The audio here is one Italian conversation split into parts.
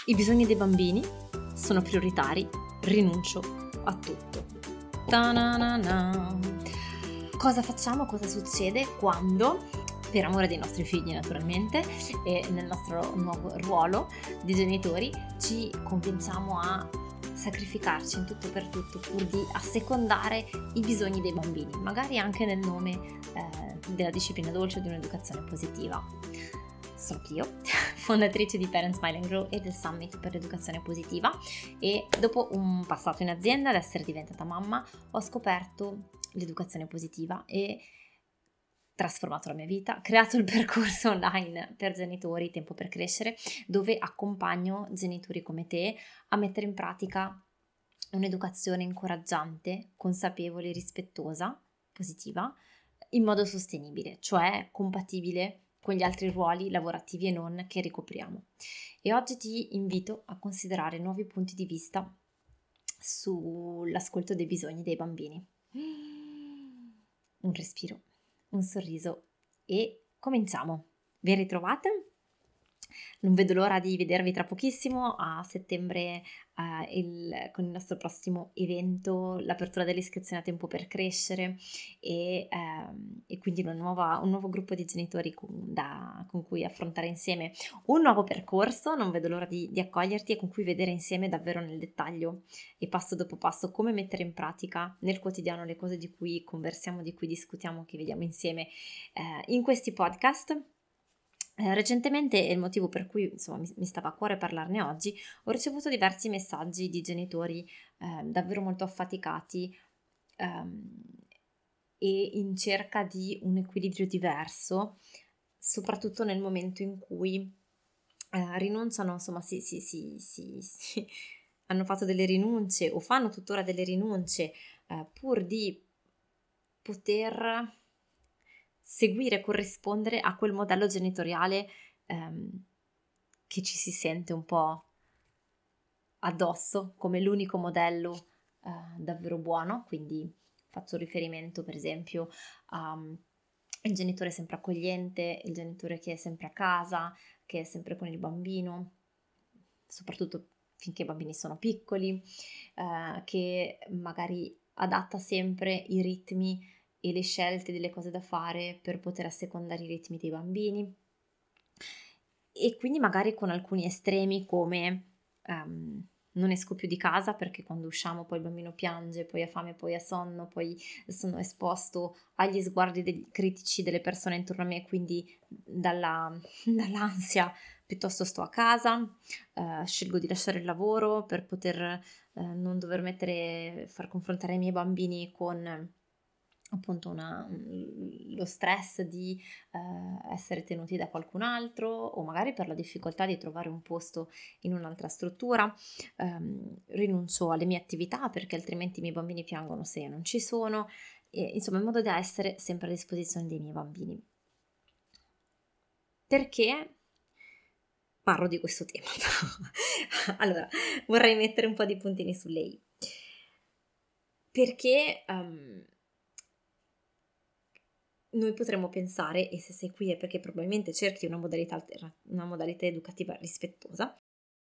I bisogni dei bambini sono prioritari, rinuncio a tutto. Ta-na-na-na. Cosa facciamo? Cosa succede quando, per amore dei nostri figli naturalmente, e nel nostro nuovo ruolo di genitori, ci convinciamo a sacrificarci in tutto per tutto pur di assecondare i bisogni dei bambini, magari anche nel nome della disciplina dolce o di un'educazione positiva. Sono io, fondatrice di Parent Smile and Grow e del Summit per l'educazione positiva, e dopo un passato in azienda ad essere diventata mamma ho scoperto l'educazione positiva e trasformato la mia vita, creato il percorso online per genitori Tempo per Crescere, dove accompagno genitori come te a mettere in pratica un'educazione incoraggiante, consapevole, rispettosa, positiva, in modo sostenibile, cioè compatibile con gli altri ruoli lavorativi e non che ricopriamo. E oggi ti invito a considerare nuovi punti di vista sull'ascolto dei bisogni dei bambini. Un respiro, un sorriso e cominciamo. Ben ritrovate? Non vedo l'ora di vedervi tra pochissimo a settembre con il nostro prossimo evento, l'apertura dell'iscrizione a Tempo per Crescere e quindi un nuovo gruppo di genitori con cui affrontare insieme un nuovo percorso. Non vedo l'ora di accoglierti e con cui vedere insieme davvero nel dettaglio e passo dopo passo come mettere in pratica nel quotidiano le cose di cui conversiamo, di cui discutiamo, che vediamo insieme in questi podcast. Recentemente, il motivo per cui insomma mi stava a cuore parlarne oggi, ho ricevuto diversi messaggi di genitori davvero molto affaticati e in cerca di un equilibrio diverso, soprattutto nel momento in cui rinunciano, insomma hanno fatto delle rinunce o fanno tuttora delle rinunce pur di poter seguire e corrispondere a quel modello genitoriale che ci si sente un po' addosso come l'unico modello davvero buono. Quindi faccio riferimento per esempio al genitore sempre accogliente, il genitore che è sempre a casa, che è sempre con il bambino, soprattutto finché i bambini sono piccoli, che magari adatta sempre i ritmi e le scelte delle cose da fare per poter assecondare i ritmi dei bambini, e quindi magari con alcuni estremi come non esco più di casa perché quando usciamo poi il bambino piange, poi ha fame, poi ha sonno, poi sono esposto agli sguardi critici delle persone intorno a me, quindi dall'ansia piuttosto sto a casa, scelgo di lasciare il lavoro per poter non dover far confrontare i miei bambini con appunto lo stress di essere tenuti da qualcun altro, o magari per la difficoltà di trovare un posto in un'altra struttura. Rinuncio alle mie attività perché altrimenti i miei bambini piangono se io non ci sono, insomma, in modo da essere sempre a disposizione dei miei bambini. Perché parlo di questo tema? Allora, vorrei mettere un po' di puntini sulle i. Perché noi potremmo pensare, e se sei qui è perché probabilmente cerchi una modalità educativa rispettosa,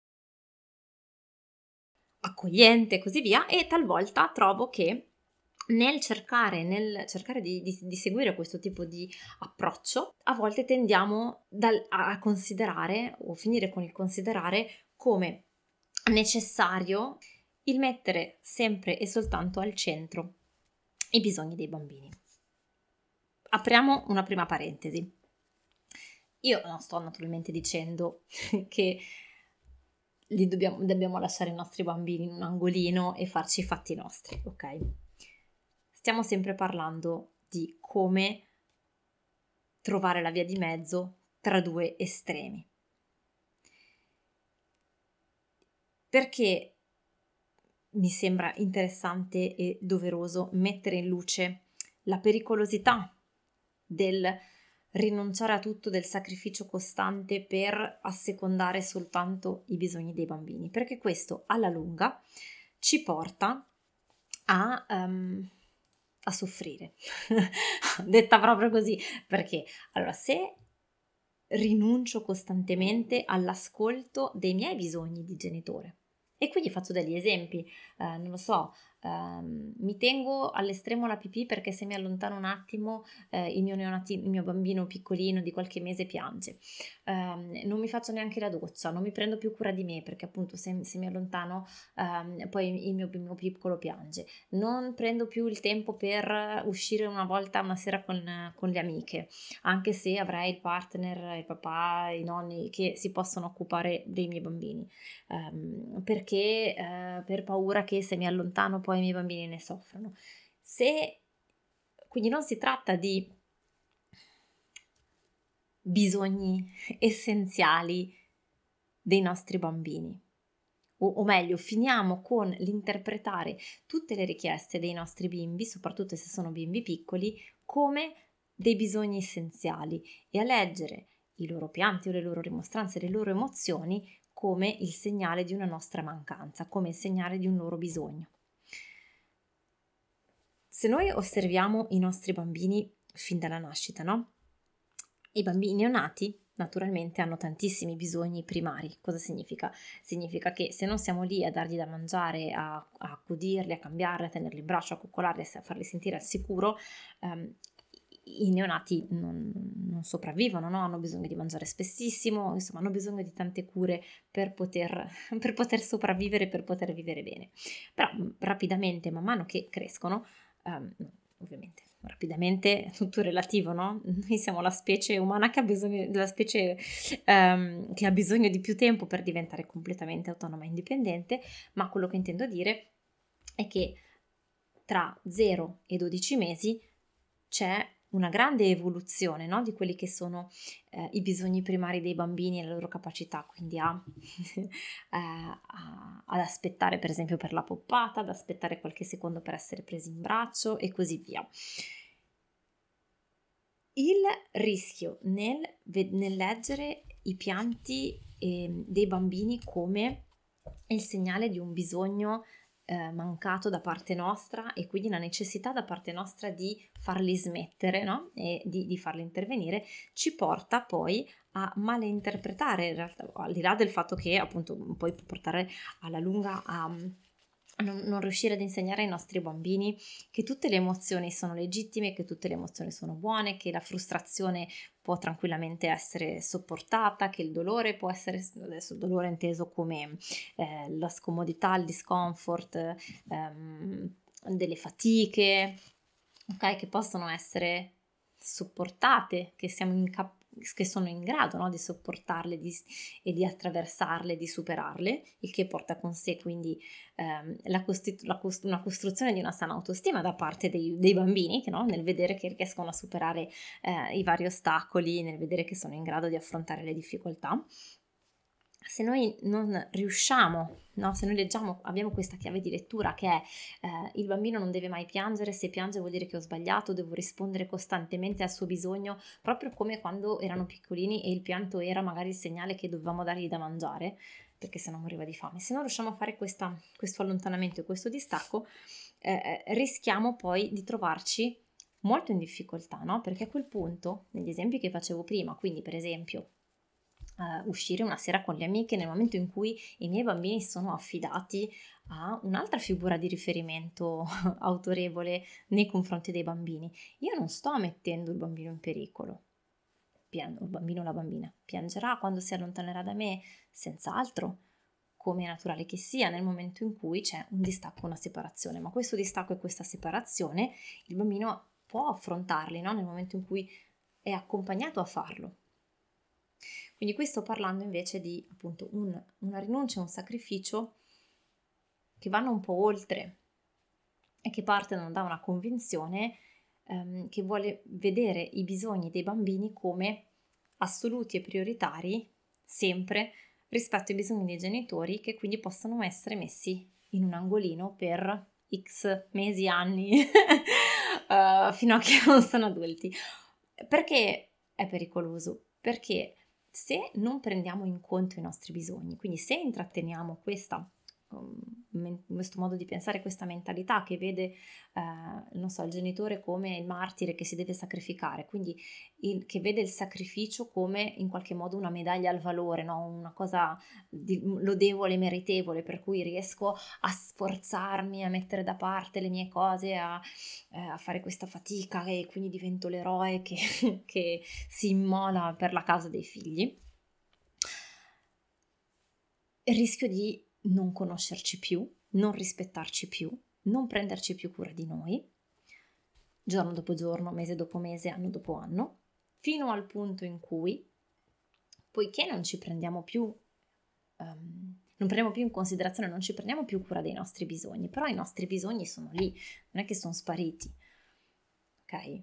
accogliente e così via, e talvolta trovo che nel cercare di seguire questo tipo di approccio, a volte tendiamo a considerare o finire con il considerare come necessario il mettere sempre e soltanto al centro i bisogni dei bambini. Apriamo una prima parentesi. Io non sto naturalmente dicendo che dobbiamo lasciare i nostri bambini in un angolino e farci i fatti nostri, ok? Stiamo sempre parlando di come trovare la via di mezzo tra due estremi. Perché mi sembra interessante e doveroso mettere in luce la pericolosità del rinunciare a tutto, del sacrificio costante per assecondare soltanto i bisogni dei bambini, perché questo alla lunga ci porta a soffrire. Detta proprio così, perché allora se rinuncio costantemente all'ascolto dei miei bisogni di genitore. E quindi faccio degli esempi, non lo so, mi tengo all'estremo la pipì perché se mi allontano un attimo il mio bambino piccolino di qualche mese piange. Non mi faccio neanche la doccia, non mi prendo più cura di me perché appunto se mi allontano poi il mio bimbo piccolo piange. Non prendo più il tempo per uscire una sera con le amiche, anche se avrei il partner, il papà, i nonni che si possono occupare dei miei bambini. Perché per paura che se mi allontano poi i miei bambini ne soffrono. Quindi non si tratta di bisogni essenziali dei nostri bambini, o meglio, finiamo con l'interpretare tutte le richieste dei nostri bimbi, soprattutto se sono bimbi piccoli, come dei bisogni essenziali e a leggere i loro pianti o le loro rimostranze, le loro emozioni come il segnale di una nostra mancanza, come il segnale di un loro bisogno. Se noi osserviamo i nostri bambini fin dalla nascita, no? I bambini neonati naturalmente hanno tantissimi bisogni primari. Cosa significa? Significa che se non siamo lì a dargli da mangiare, a accudirli, a cambiarli, a tenerli in braccio, a coccolarli, a farli sentire al sicuro, i neonati non sopravvivono, no? Hanno bisogno di mangiare spessissimo, insomma hanno bisogno di tante cure per poter sopravvivere, per poter vivere bene. Però rapidamente, man mano che crescono, ovviamente rapidamente tutto relativo, no? Noi siamo la specie umana che ha bisogno della specie che ha bisogno di più tempo per diventare completamente autonoma e indipendente, ma quello che intendo dire è che tra 0 e 12 mesi c'è una grande evoluzione, no? Di quelli che sono i bisogni primari dei bambini e la loro capacità, quindi ad aspettare per esempio per la poppata, ad aspettare qualche secondo per essere presi in braccio e così via. Il rischio nel leggere i pianti dei bambini come il segnale di un bisogno mancato da parte nostra e quindi la necessità da parte nostra di farli smettere, no? E di farli intervenire, ci porta poi a malinterpretare in realtà, al di là del fatto che appunto poi può portare alla lunga a non riuscire ad insegnare ai nostri bambini che tutte le emozioni sono legittime, che tutte le emozioni sono buone, che la frustrazione può tranquillamente essere sopportata, che il dolore può essere, adesso il dolore inteso come la scomodità, il discomfort, delle fatiche, ok, che possono essere sopportate, che sono in grado, no, di sopportarle e di attraversarle, di superarle, il che porta con sé quindi una costruzione di una sana autostima da parte dei bambini, che, no, nel vedere che riescono a superare i vari ostacoli, nel vedere che sono in grado di affrontare le difficoltà. Se noi non riusciamo, no? Se noi leggiamo, abbiamo questa chiave di lettura che è il bambino non deve mai piangere, se piange vuol dire che ho sbagliato, devo rispondere costantemente al suo bisogno, proprio come quando erano piccolini e il pianto era magari il segnale che dovevamo dargli da mangiare, perché se no moriva di fame. Se non riusciamo a fare questo allontanamento e questo distacco, rischiamo poi di trovarci molto in difficoltà, no? Perché a quel punto, negli esempi che facevo prima, quindi per esempio uscire una sera con le amiche, nel momento in cui i miei bambini sono affidati a un'altra figura di riferimento autorevole nei confronti dei bambini, io non sto mettendo il bambino in pericolo. Il bambino o la bambina piangerà quando si allontanerà da me, senz'altro, come è naturale che sia nel momento in cui c'è un distacco, una separazione, ma questo distacco e questa separazione il bambino può affrontarli, no? Nel momento in cui è accompagnato a farlo. Quindi qui sto parlando invece di appunto una rinuncia, un sacrificio che vanno un po' oltre e che partono da una convinzione che vuole vedere i bisogni dei bambini come assoluti e prioritari sempre rispetto ai bisogni dei genitori, che quindi possono essere messi in un angolino per X mesi, anni, fino a che non sono adulti. Perché è pericoloso? Perché se non prendiamo in conto i nostri bisogni, quindi se intratteniamo questa questo modo di pensare, questa mentalità che vede, non so, il genitore come il martire che si deve sacrificare, quindi che vede il sacrificio come in qualche modo una medaglia al valore, no? Una cosa lodevole, meritevole, per cui riesco a sforzarmi, a mettere da parte le mie cose, a fare questa fatica e quindi divento l'eroe che si immola per la causa dei figli. Il rischio di non conoscerci più, non rispettarci più, non prenderci più cura di noi, giorno dopo giorno, mese dopo mese, anno dopo anno, fino al punto in cui, poiché non ci prendiamo più, non prendiamo più in considerazione, non ci prendiamo più cura dei nostri bisogni, però i nostri bisogni sono lì, non è che sono spariti, ok?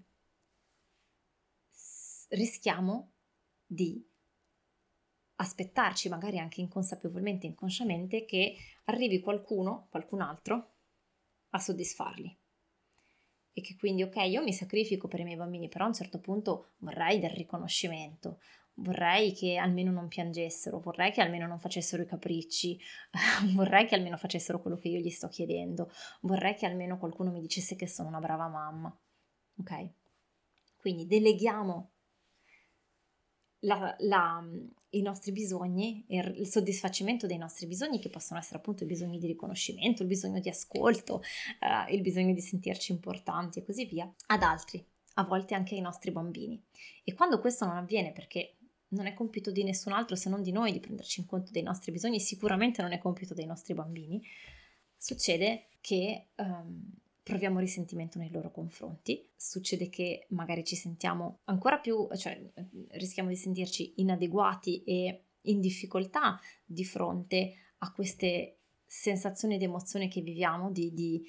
Rischiamo di aspettarci, magari anche inconsapevolmente, inconsciamente, che arrivi qualcun altro a soddisfarli e che quindi, ok, io mi sacrifico per i miei bambini, però a un certo punto vorrei del riconoscimento, vorrei che almeno non piangessero, vorrei che almeno non facessero i capricci, vorrei che almeno facessero quello che io gli sto chiedendo, vorrei che almeno qualcuno mi dicesse che sono una brava mamma, ok? Quindi deleghiamo i nostri bisogni, il soddisfacimento dei nostri bisogni, che possono essere appunto i bisogni di riconoscimento, il bisogno di ascolto, il bisogno di sentirci importanti e così via, ad altri, a volte anche ai nostri bambini. E quando questo non avviene, perché non è compito di nessun altro se non di noi di prenderci in conto dei nostri bisogni, sicuramente non è compito dei nostri bambini, succede che proviamo risentimento nei loro confronti, succede che magari ci sentiamo ancora più, cioè rischiamo di sentirci inadeguati e in difficoltà di fronte a queste sensazioni ed emozioni che viviamo di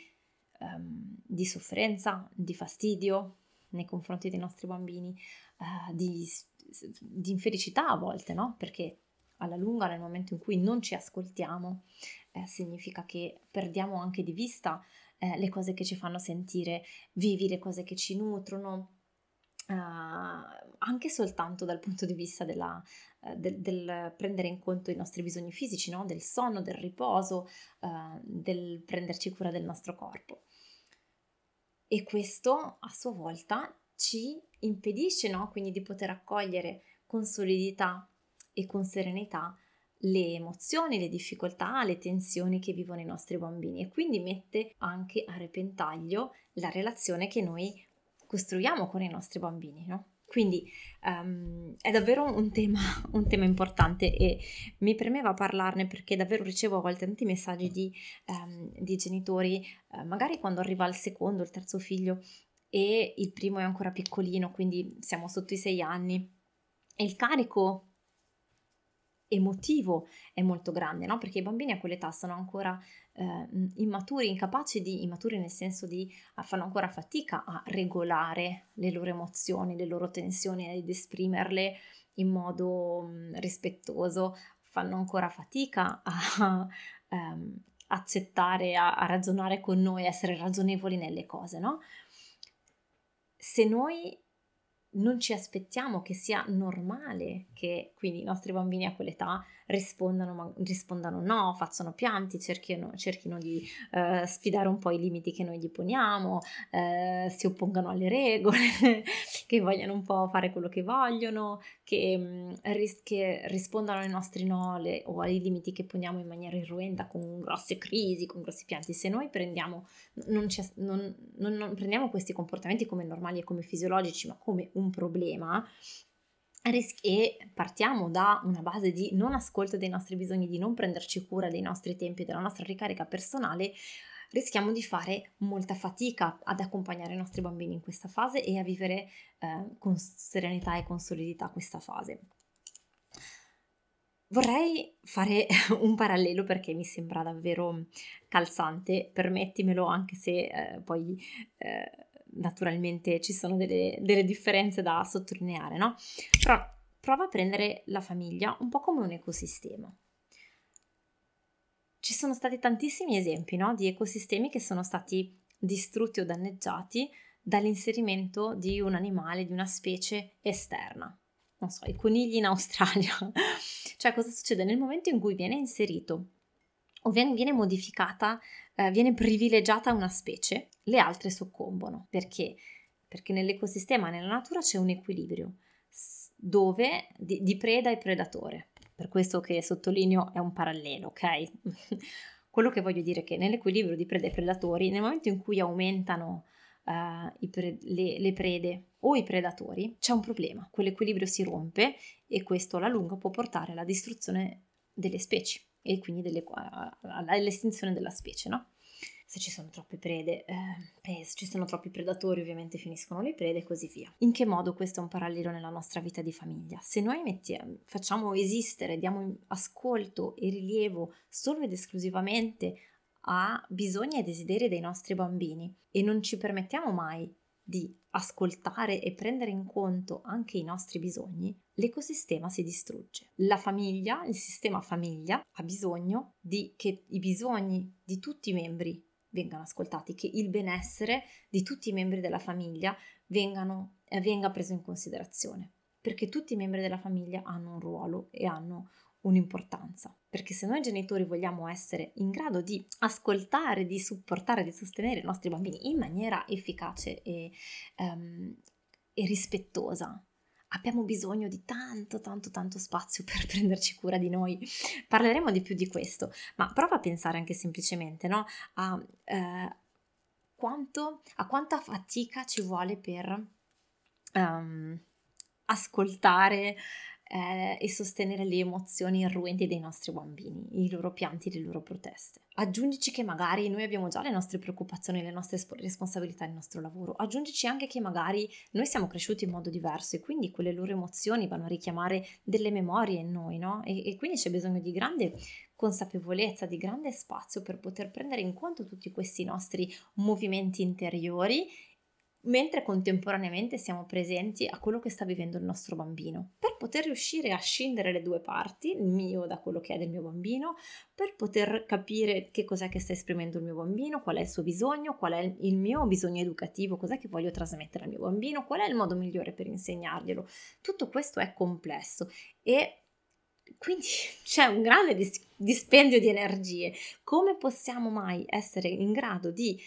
sofferenza, di fastidio nei confronti dei nostri bambini, di infelicità a volte, no? Perché alla lunga, nel momento in cui non ci ascoltiamo, significa che perdiamo anche di vista le cose che ci fanno sentire vivi, le cose che ci nutrono, anche soltanto dal punto di vista del prendere in conto i nostri bisogni fisici, no? Del sonno, del riposo, del prenderci cura del nostro corpo. E questo a sua volta ci impedisce, no? Quindi di poter accogliere con solidità e con serenità le emozioni, le difficoltà, le tensioni che vivono i nostri bambini, e quindi mette anche a repentaglio la relazione che noi costruiamo con i nostri bambini, no? Quindi è davvero un tema importante, e mi premeva parlarne perché davvero ricevo a volte tanti messaggi di genitori, magari quando arriva il secondo, il terzo figlio e il primo è ancora piccolino, quindi siamo sotto i 6 anni, e il carico emotivo è molto grande, no? Perché i bambini a quell'età sono ancora immaturi, immaturi nel senso di fanno ancora fatica a regolare le loro emozioni, le loro tensioni, ed esprimerle in modo rispettoso, fanno ancora fatica a accettare, a ragionare con noi, essere ragionevoli nelle cose, no? Se noi non ci aspettiamo che sia normale che quindi i nostri bambini a quell'età rispondano no, facciano pianti, cerchino di sfidare un po' i limiti che noi gli poniamo, si oppongano alle regole, che vogliano un po' fare quello che vogliono, che rispondano ai nostri no o ai limiti che poniamo in maniera irruenta, con grosse crisi, con grossi pianti. Se noi non prendiamo questi comportamenti come normali e come fisiologici, ma come un problema, e partiamo da una base di non ascolto dei nostri bisogni, di non prenderci cura dei nostri tempi, della nostra ricarica personale, rischiamo di fare molta fatica ad accompagnare i nostri bambini in questa fase e a vivere con serenità e con solidità questa fase. Vorrei fare un parallelo perché mi sembra davvero calzante, permettimelo, anche se poi naturalmente ci sono delle differenze da sottolineare, no? Però prova a prendere la famiglia un po' come un ecosistema. Ci sono stati tantissimi esempi, no? Di ecosistemi che sono stati distrutti o danneggiati dall'inserimento di un animale, di una specie esterna. Non so, i conigli in Australia. Cioè, cosa succede? Nel momento in cui viene inserito o viene modificata, viene privilegiata una specie, le altre soccombono. Perché? Perché nell'ecosistema, nella natura c'è un equilibrio dove di preda e predatore. Per questo che sottolineo è un parallelo, ok? Quello che voglio dire è che nell'equilibrio di preda e predatori, nel momento in cui aumentano le prede o i predatori, c'è un problema. Quell'equilibrio si rompe e questo alla lunga può portare alla distruzione delle specie e quindi all'estinzione della specie, no? Se ci sono troppe prede, se ci sono troppi predatori, ovviamente finiscono le prede e così via. In che modo questo è un parallelo nella nostra vita di famiglia? Se noi facciamo esistere, diamo ascolto e rilievo solo ed esclusivamente a bisogni e desideri dei nostri bambini e non ci permettiamo mai di ascoltare e prendere in conto anche i nostri bisogni, l'ecosistema si distrugge. La famiglia, il sistema famiglia, ha bisogno che i bisogni di tutti i membri vengano ascoltati, che il benessere di tutti i membri della famiglia venga preso in considerazione, perché tutti i membri della famiglia hanno un ruolo e hanno un'importanza, perché se noi genitori vogliamo essere in grado di ascoltare, di supportare, di sostenere i nostri bambini in maniera efficace e rispettosa, abbiamo bisogno di tanto spazio per prenderci cura di noi. Parleremo di più di questo, ma prova a pensare anche semplicemente, no? a quanta fatica ci vuole per ascoltare e sostenere le emozioni irruenti dei nostri bambini, i loro pianti, le loro proteste. Aggiungici che magari noi abbiamo già le nostre preoccupazioni, le nostre responsabilità, il nostro lavoro. Aggiungici anche che magari noi siamo cresciuti in modo diverso e quindi quelle loro emozioni vanno a richiamare delle memorie in noi, no? E quindi c'è bisogno di grande consapevolezza, di grande spazio per poter prendere in conto tutti questi nostri movimenti interiori, mentre contemporaneamente siamo presenti a quello che sta vivendo il nostro bambino, per poter riuscire a scindere le due parti, il mio da quello che è del mio bambino, per poter capire che cos'è che sta esprimendo il mio bambino, qual è il suo bisogno, qual è il mio bisogno educativo, cos'è che voglio trasmettere al mio bambino, qual è il modo migliore per insegnarglielo. Tutto questo è complesso e quindi c'è un grande dispendio di energie. Come possiamo mai essere in grado di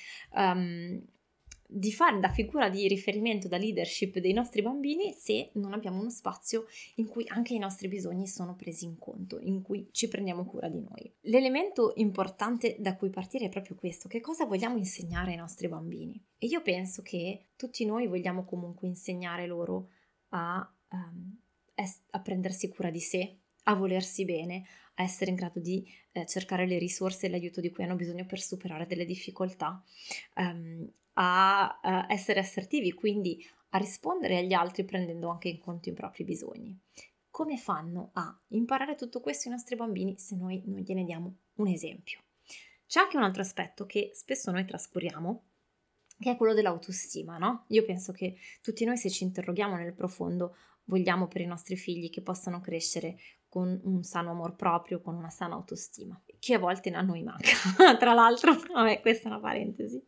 fare da figura di riferimento, da leadership dei nostri bambini, se non abbiamo uno spazio in cui anche i nostri bisogni sono presi in conto, in cui ci prendiamo cura di noi? L'elemento importante da cui partire è proprio questo: che cosa vogliamo insegnare ai nostri bambini? E io penso che tutti noi vogliamo comunque insegnare loro a prendersi cura di sé, a volersi bene, a essere in grado di cercare le risorse e l'aiuto di cui hanno bisogno per superare delle difficoltà, a essere assertivi, quindi a rispondere agli altri prendendo anche in conto i propri bisogni. Come fanno a imparare tutto questo i nostri bambini se noi non gliene diamo un esempio? C'è anche un altro aspetto che spesso noi trascuriamo, che è quello dell'autostima, no? Io penso che tutti noi, se ci interroghiamo nel profondo, vogliamo per i nostri figli che possano crescere con un sano amor proprio, con una sana autostima, che a volte a noi manca. Tra l'altro, vabbè, questa è una parentesi.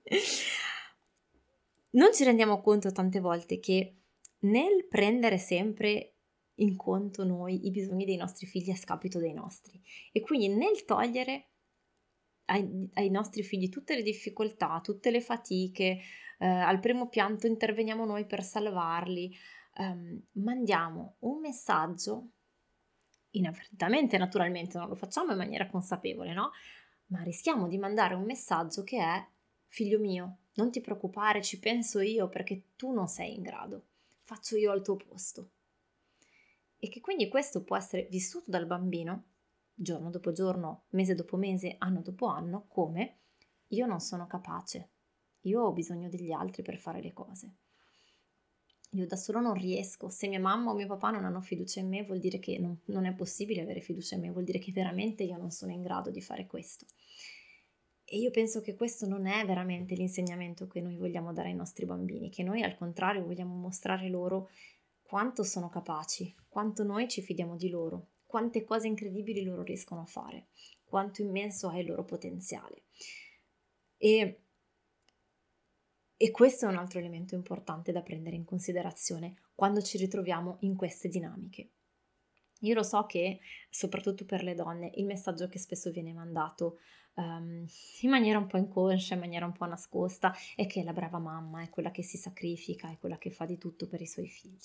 Non ci rendiamo conto tante volte che nel prendere sempre in conto noi i bisogni dei nostri figli a scapito dei nostri, e quindi nel togliere ai nostri figli tutte le difficoltà, tutte le fatiche, al primo pianto interveniamo noi per salvarli, mandiamo un messaggio inavvertitamente, naturalmente non lo facciamo in maniera consapevole, no? Ma rischiamo di mandare un messaggio che è: figlio mio, non ti preoccupare, ci penso io perché tu non sei in grado, faccio io al tuo posto. E che quindi questo può essere vissuto dal bambino giorno dopo giorno, mese dopo mese, anno dopo anno, come: io non sono capace, io ho bisogno degli altri per fare le cose, io da solo non riesco, se mia mamma o mio papà non hanno fiducia in me vuol dire che non è possibile avere fiducia in me, vuol dire che veramente io non sono in grado di fare questo. E io penso che questo non è veramente l'insegnamento che noi vogliamo dare ai nostri bambini, che noi al contrario vogliamo mostrare loro quanto sono capaci, quanto noi ci fidiamo di loro, quante cose incredibili loro riescono a fare, quanto immenso è il loro potenziale. E questo è un altro elemento importante da prendere in considerazione quando ci ritroviamo in queste dinamiche. Io lo so che, soprattutto per le donne, il messaggio che spesso viene mandato in maniera un po' inconscia, in maniera un po' nascosta, è che la brava mamma è quella che si sacrifica, è quella che fa di tutto per i suoi figli.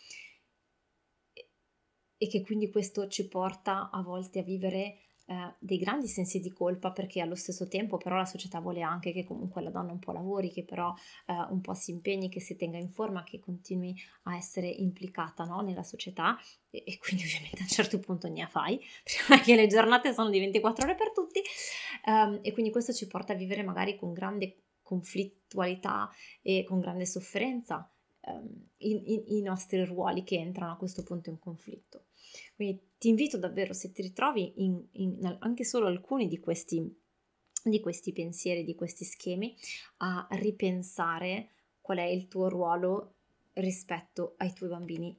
E che quindi questo ci porta a volte a vivere dei grandi sensi di colpa, perché allo stesso tempo però la società vuole anche che comunque la donna un po' lavori, che però un po' si impegni, che si tenga in forma, che continui a essere implicata, no, nella società, e quindi ovviamente a un certo punto ne fai, perché le giornate sono di 24 ore per tutti, e quindi questo ci porta a vivere magari con grande conflittualità e con grande sofferenza i nostri ruoli che entrano a questo punto in conflitto. Quindi ti invito davvero, se ti ritrovi in anche solo alcuni di questi pensieri, di questi schemi, a ripensare qual è il tuo ruolo rispetto ai tuoi bambini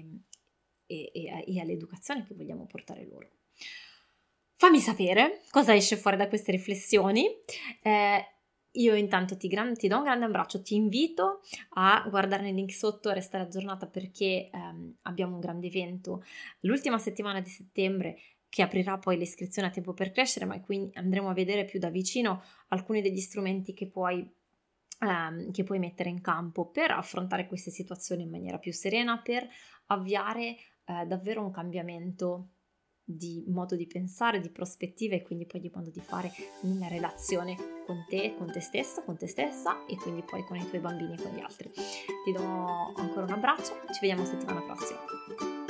e all'educazione che vogliamo portare loro. Fammi sapere cosa esce fuori da queste riflessioni. Io intanto ti do un grande abbraccio, ti invito a guardare il link sotto, a restare aggiornata, perché abbiamo un grande evento l'ultima settimana di settembre che aprirà poi l'iscrizione a Tempo per Crescere, ma quindi andremo a vedere più da vicino alcuni degli strumenti che puoi mettere in campo per affrontare queste situazioni in maniera più serena, per avviare davvero un cambiamento di modo di pensare, di prospettiva, e quindi poi di modo di fare nella relazione con te stesso, con te stessa, e quindi poi con i tuoi bambini e con gli altri. Ti do ancora un abbraccio, ci vediamo settimana prossima.